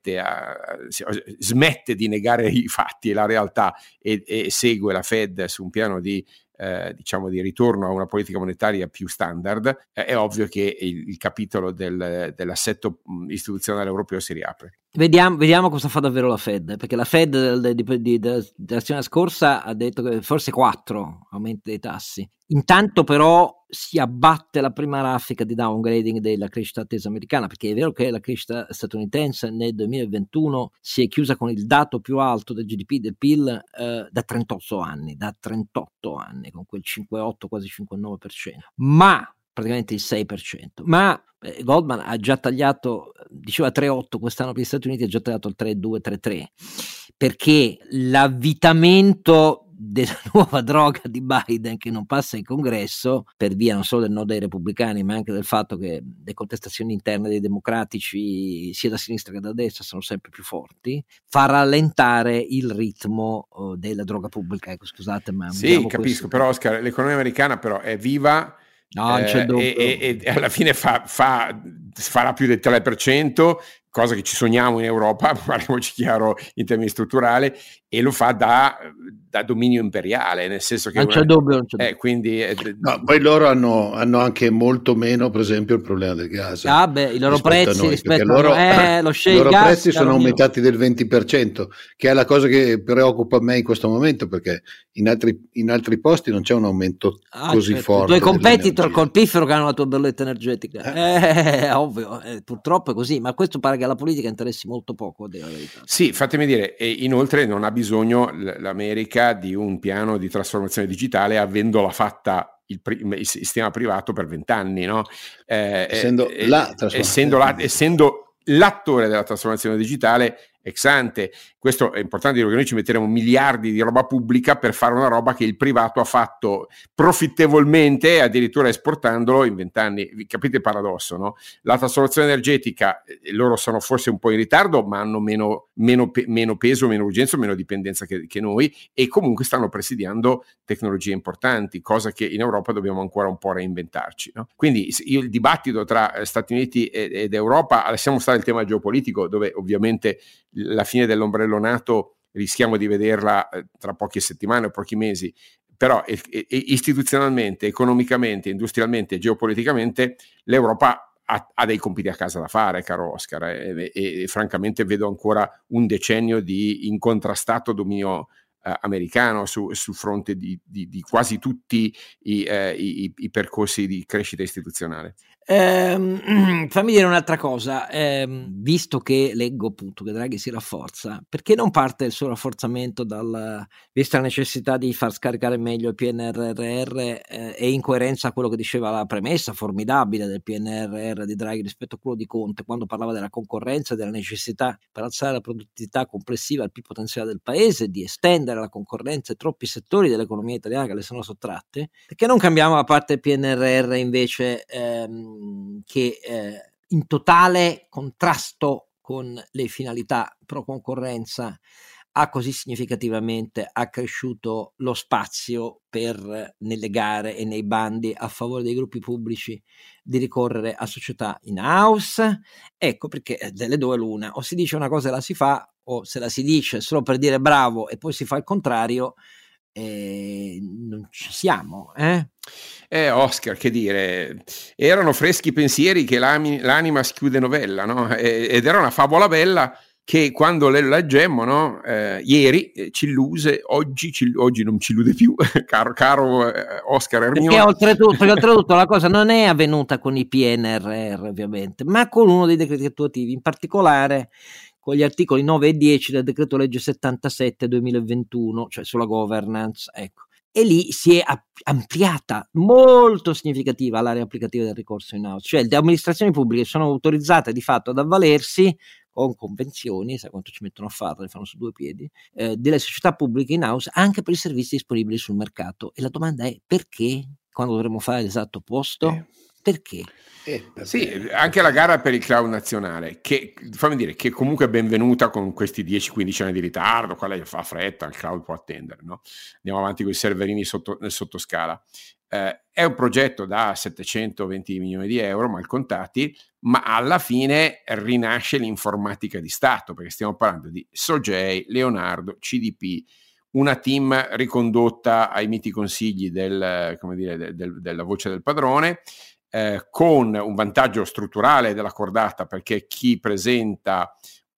smette di negare i fatti e la realtà e segue la Fed su un piano di ritorno a una politica monetaria più standard, è ovvio che il capitolo dell'assetto istituzionale europeo si riapre. Vediamo cosa fa davvero la Fed, perché la Fed della settimana scorsa ha detto che forse 4 aumenti dei tassi. Intanto però si abbatte la prima raffica di downgrading della crescita attesa americana, perché è vero che la crescita statunitense nel 2021 si è chiusa con il dato più alto del GDP, del PIL, da 38 anni, con quel 5,8 quasi 5,9%, ma praticamente il 6%, ma Goldman ha già tagliato, diceva 3,8 quest'anno per gli Stati Uniti, ha già tagliato il 3,2, 3,3, perché l'avvitamento della nuova droga di Biden, che non passa in congresso per via non solo del no dei repubblicani, ma anche del fatto che le contestazioni interne dei democratici sia da sinistra che da destra sono sempre più forti, fa rallentare il ritmo della droga pubblica. Ecco, scusate, ma sì, capisco, però Oscar, l'economia americana però è viva. No, non c'è dubbio. E alla fine farà più del 3%, cosa che ci sogniamo in Europa, parliamoci chiaro in termini strutturali, e lo fa da dominio imperiale, nel senso che non c'è dubbio. Quindi no, poi loro hanno anche molto meno, per esempio, il problema del gas. I loro prezzi rispetto a noi, lo shale i loro gas, prezzi sono aumentati del 20%, che è la cosa che preoccupa me in questo momento, perché in altri posti non c'è un aumento così forte. I tuoi competitor colpifero che hanno la tua bolletta energetica, ovvio, purtroppo è così, ma questo pare che alla politica interessi molto poco, a dire la verità. Sì, fatemi dire, e inoltre non ha bisogno l'America di un piano di trasformazione digitale, avendola fatta il sistema privato per 20 anni, no? Essendo l'attore della trasformazione digitale ex ante. Questo è importante dire, che noi ci metteremo miliardi di roba pubblica per fare una roba che il privato ha fatto profittevolmente, addirittura esportandolo in 20 anni. Capite il paradosso, no? La trasformazione energetica, loro sono forse un po' in ritardo, ma hanno meno peso, meno urgenza, meno dipendenza che noi, e comunque stanno presidiando tecnologie importanti, cosa che in Europa dobbiamo ancora un po' reinventarci, no? Quindi il dibattito tra Stati Uniti ed Europa, lasciamo stare il tema geopolitico, dove ovviamente la fine dell'ombrello NATO rischiamo di vederla tra poche settimane o pochi mesi, però istituzionalmente, economicamente, industrialmente, geopoliticamente l'Europa ha dei compiti a casa da fare, caro Oscar, e francamente vedo ancora un decennio di incontrastato dominio americano sul fronte di quasi tutti i percorsi di crescita istituzionale. Fammi dire un'altra cosa, visto che leggo appunto che Draghi si rafforza, perché non parte il suo rafforzamento vista la necessità di far scaricare meglio il PNRR, e in coerenza a quello che diceva la premessa formidabile del PNRR di Draghi rispetto a quello di Conte, quando parlava della concorrenza e della necessità per alzare la produttività complessiva al più potenziale del paese, di estendere la concorrenza a troppi settori dell'economia italiana che le sono sottratte, perché non cambiamo la parte del PNRR invece che in totale contrasto con le finalità pro concorrenza ha così significativamente accresciuto lo spazio nelle gare e nei bandi a favore dei gruppi pubblici di ricorrere a società in house. Ecco perché delle due l'una: o si dice una cosa e la si fa, o se la si dice solo per dire bravo e poi si fa il contrario, non ci siamo. Oscar, che dire, erano freschi pensieri che l'anima schiude novella, no? Ed era una favola bella che quando le leggemmo, no? Ieri ci illuse, oggi non ci illude più, caro Oscar Hermione. Perché oltretutto la cosa non è avvenuta con i PNRR ovviamente, ma con uno dei decreti attuativi, in particolare con gli articoli 9 e 10 del decreto legge 77/2021, cioè sulla governance, ecco. E lì si è ampliata molto significativa l'area applicativa del ricorso in house, cioè le amministrazioni pubbliche sono autorizzate di fatto ad avvalersi con convenzioni, sai quanto ci mettono a farlo, le fanno su due piedi, delle società pubbliche in house anche per i servizi disponibili sul mercato. E la domanda è: perché? Quando dovremmo fare l'esatto opposto? Perché? Sì, anche la gara per il cloud nazionale, che fammi dire che comunque è benvenuta con questi 10-15 anni di ritardo, quella fa fretta, il cloud può attendere, no? Andiamo avanti con i serverini nel sottoscala. È un progetto da 720 milioni di euro mal contati, ma alla fine rinasce l'informatica di Stato, perché stiamo parlando di Sogei, Leonardo, CDP, una team ricondotta ai miti consigli della voce del padrone, con un vantaggio strutturale della cordata, perché chi presenta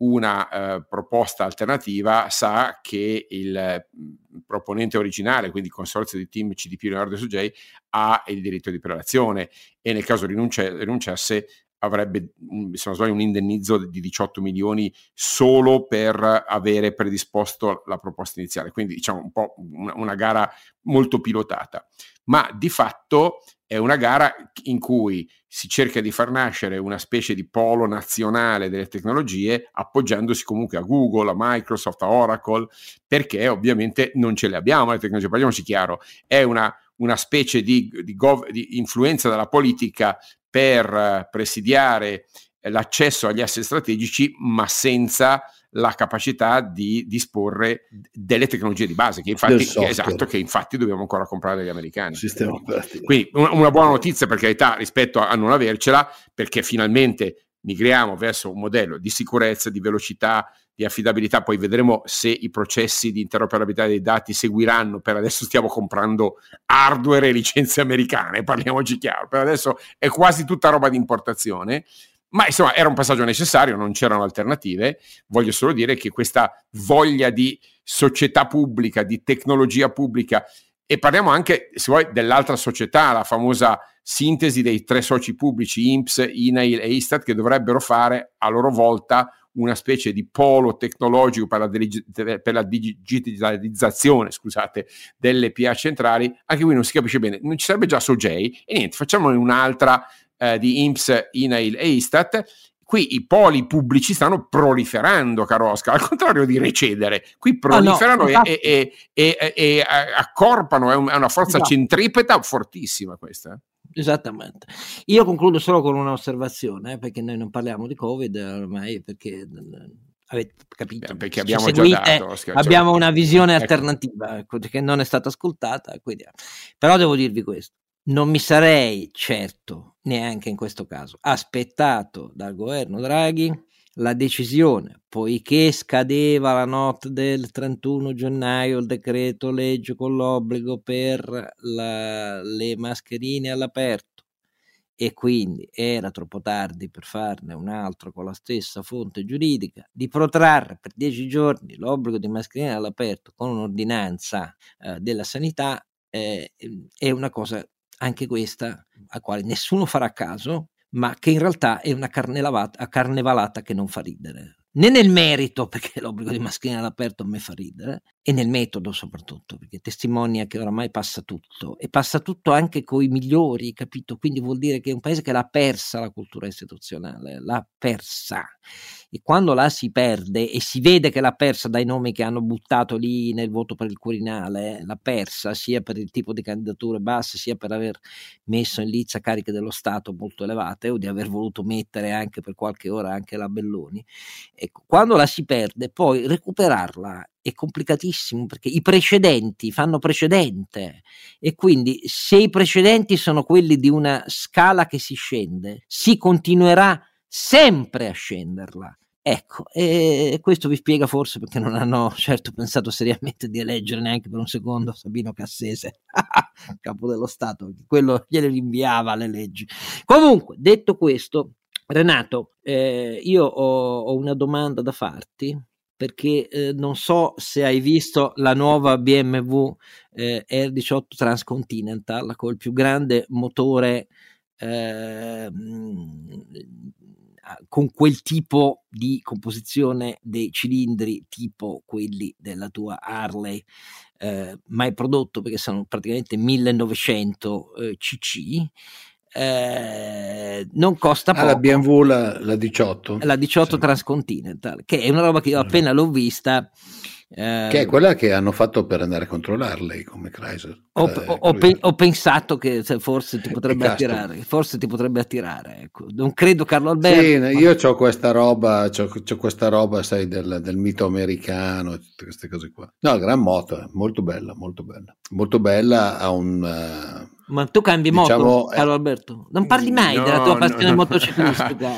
una proposta alternativa sa che il proponente originale, quindi il consorzio di team CDP Leonardo e Sogei, ha il diritto di prelazione e nel caso rinunciasse avrebbe, se non sbaglio, un indennizzo di 18 milioni solo per avere predisposto la proposta iniziale, quindi diciamo un po' una gara molto pilotata, ma di fatto è una gara in cui si cerca di far nascere una specie di polo nazionale delle tecnologie, appoggiandosi comunque a Google, a Microsoft, a Oracle, perché ovviamente non ce le abbiamo le tecnologie, parliamoci chiaro, è una specie di influenza della politica per presidiare l'accesso agli asset strategici, ma senza la capacità di disporre delle tecnologie di base che infatti dobbiamo ancora comprare dagli americani. Sistema operativo. Quindi una buona notizia, per carità, rispetto a non avercela, perché finalmente migriamo verso un modello di sicurezza, di velocità, di affidabilità. Poi vedremo se i processi di interoperabilità dei dati seguiranno. Per adesso stiamo comprando hardware e licenze americane, parliamoci chiaro, per adesso è quasi tutta roba di importazione. Ma insomma era un passaggio necessario, non c'erano alternative. Voglio solo dire che questa voglia di società pubblica, di tecnologia pubblica, e parliamo anche, se vuoi, dell'altra società, la famosa sintesi dei tre soci pubblici, INPS, INAIL e Istat, che dovrebbero fare a loro volta una specie di polo tecnologico per la digitalizzazione, delle PA centrali. Anche qui non si capisce bene, non ci sarebbe già Sogei, e niente, facciamone un'altra di INPS, INAIL e Istat. Qui i poli pubblici stanno proliferando, caro Oscar, al contrario di recedere. Qui proliferano e accorpano, è una forza centripeta fortissima questa. Esattamente. Io concludo solo con un'osservazione, perché noi non parliamo di Covid ormai, perché avete capito, perché abbiamo già dato, Oscar, abbiamo una visione alternativa, che non è stata ascoltata, quindi. Però devo dirvi questo: non mi sarei certo, neanche in questo caso, aspettato dal governo Draghi la decisione, poiché scadeva la notte del 31 gennaio il decreto legge con l'obbligo per le mascherine all'aperto, e quindi era troppo tardi per farne un altro con la stessa fonte giuridica, di protrarre per 10 giorni l'obbligo di mascherine all'aperto con un'ordinanza della sanità è una cosa, anche questa, a quale nessuno farà caso, ma che in realtà è una carnevalata che non fa ridere. Né nel merito, perché l'obbligo di mascherina all'aperto a me fa ridere, e nel metodo soprattutto, perché testimonia che oramai passa tutto, e passa tutto anche coi migliori, capito? Quindi vuol dire che è un paese che l'ha persa la cultura istituzionale, l'ha persa. E quando la si perde, e si vede che l'ha persa dai nomi che hanno buttato lì nel voto per il Quirinale, l'ha persa sia per il tipo di candidature basse, sia per aver messo in lizza cariche dello Stato molto elevate, o di aver voluto mettere anche per qualche ora anche la Belloni. Ecco, quando la si perde, poi recuperarla è complicatissimo, perché i precedenti fanno precedente, e quindi se i precedenti sono quelli di una scala che si scende, si continuerà sempre a scenderla. Ecco, e questo vi spiega forse perché non hanno certo pensato seriamente di eleggere neanche per un secondo Sabino Cassese, capo dello Stato, quello gliele rinviava le leggi. Comunque, detto questo, Renato, io ho una domanda da farti, perché non so se hai visto la nuova BMW R18 Transcontinental col più grande motore con quel tipo di composizione dei cilindri tipo quelli della tua Harley mai prodotto, perché sono praticamente 1900 cc. Non costa poco. La BMW la 18 la 18 sì. Transcontinental, che è una roba che io appena l'ho vista, che è quella che hanno fatto per andare a controllarle come Chrysler. Ho pensato che forse ti potrebbe attirare, ecco. Non credo Carlo Alberto. Sì, io c'ho questa roba, sai, del mito americano, tutte queste cose qua. No, gran moto, molto bella, ha un ma tu cambi moto, Carlo Alberto? Non parli mai della tua passione motociclistica.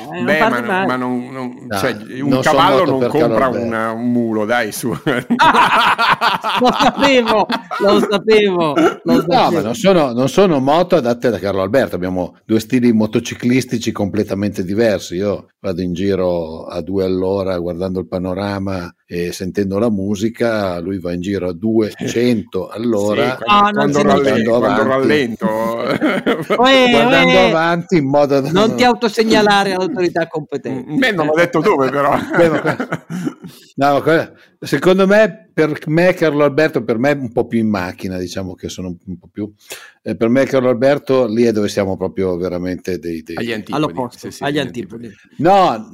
Un cavallo non compra un mulo, dai, su. Lo sapevo. No, ma non sono moto adatte da Carlo Alberto. Abbiamo due stili motociclistici completamente diversi. Io vado in giro a 2 all'ora guardando il panorama e sentendo la musica, lui va in giro a 200 all'ora, sì, quando rallento guardando avanti in modo da non ti autosegnalare all'autorità competente. Non ho detto dove, però. No, secondo me, per me Carlo Alberto, per me un po' più in macchina, diciamo che sono un po' più per me Carlo Alberto lì è dove siamo proprio veramente agli antipodi. Agli antipodi. No,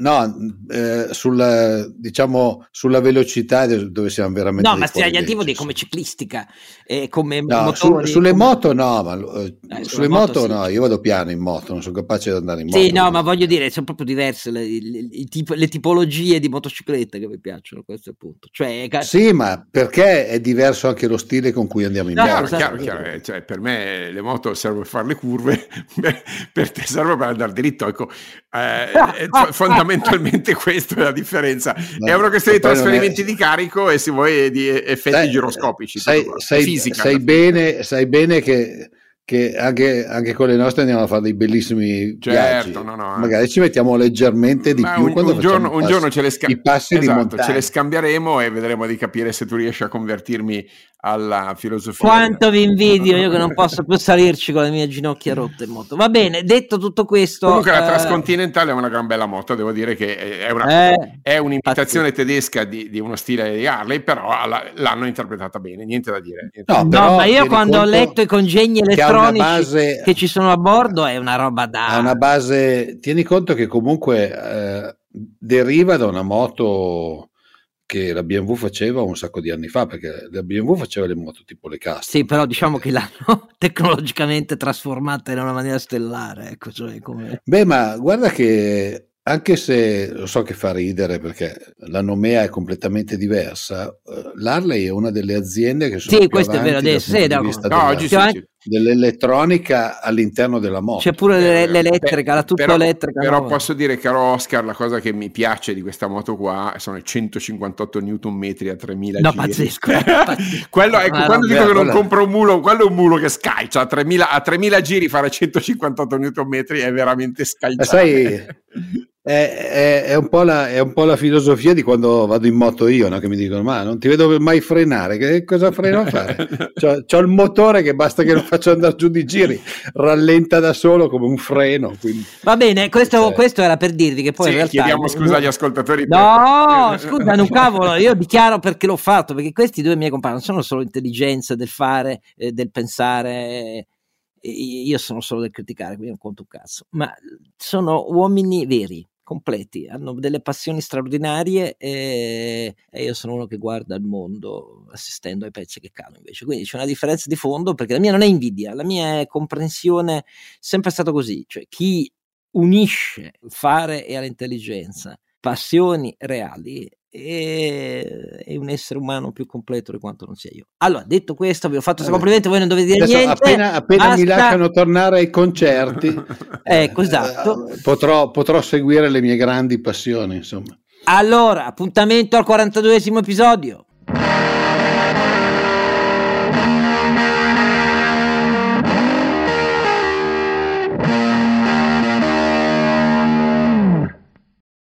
sulla velocità dove siamo veramente. No, ma stai agli antipodi come ciclistica, come motori. Sulle moto no, ma sulle moto sì. No, io vado piano in moto, non sono capace di andare in moto. Sì, no, ma voglio dire, sono proprio diverse le tipologie di motociclette che mi piacciono, questo è il punto. Cioè, sì, ma perché è diverso anche lo stile con cui andiamo in moto. Chiaro. Cioè, per me le moto servono per fare le curve, per te serve per andare dritto, ecco. Fondamentalmente questa è la differenza. È una questione di trasferimenti di carico e se vuoi di effetti giroscopici. Sai bene che anche con le nostre andiamo a fare dei bellissimi viaggi. Magari ci mettiamo leggermente di più un giorno ce le i passi di montagna. Ce le scambiaremo e vedremo di capire se tu riesci a convertirmi alla filosofia. Quanto vi invidio, io che non posso più salirci con le mie ginocchia rotte in moto. Va bene, detto tutto questo, comunque la Transcontinental è una gran bella moto, devo dire che è un'imitazione tedesca di uno stile di Harley, però l'hanno interpretata bene, niente da dire. Ma io quando ho letto i congegni elettronici che ci sono a bordo è una roba ha una base, tieni conto che comunque deriva da una moto che la BMW faceva un sacco di anni fa, perché la BMW faceva le moto tipo le custom. Sì, però diciamo che l'hanno tecnologicamente trasformata in una maniera stellare, ecco, cioè come... Beh, ma guarda che anche se lo so che fa ridere perché la nomea è completamente diversa, l'Harley è una delle aziende che sono più questo è vero adesso, dell'elettronica all'interno della moto. C'è pure l'elettrica, la tutto elettrica. Però no? posso dire, caro Oscar, la cosa che mi piace di questa moto qua sono i 158 Nm a 3000 No, giri. pazzesco. Quello, ecco, quando dico che non quella... compro un mulo, quello è un mulo che scalcia a 3000 giri, fare 158 Nm è veramente scalciare. Sai, è un po' la filosofia di quando vado in moto io, no? Che mi dicono: ma non ti vedo mai frenare, che cosa freno a fare? C'ho il motore che basta che lo faccio andare giù di giri, rallenta da solo come un freno, quindi... Va bene, questo era per dirvi che poi sì, in realtà chiediamo scusa agli ascoltatori. No, scusa, non cavolo, io dichiaro perché l'ho fatto, perché questi due miei compagni non sono solo intelligenza del fare, del pensare, io sono solo del criticare, quindi non conto un cazzo, ma sono uomini veri, completi, hanno delle passioni straordinarie e io sono uno che guarda il mondo assistendo ai pezzi che cadono invece, quindi c'è una differenza di fondo, perché la mia non è invidia, la mia è comprensione, sempre stato così, cioè chi unisce il fare e l'intelligenza, passioni reali, è un essere umano più completo di quanto non sia io. Allora, detto questo, vi ho fatto questo complimento, voi non dovete dire adesso, niente. Appena mi lasciano tornare ai concerti, ecco, esatto. Potrò seguire le mie grandi passioni, insomma. Allora, appuntamento al 42esimo episodio.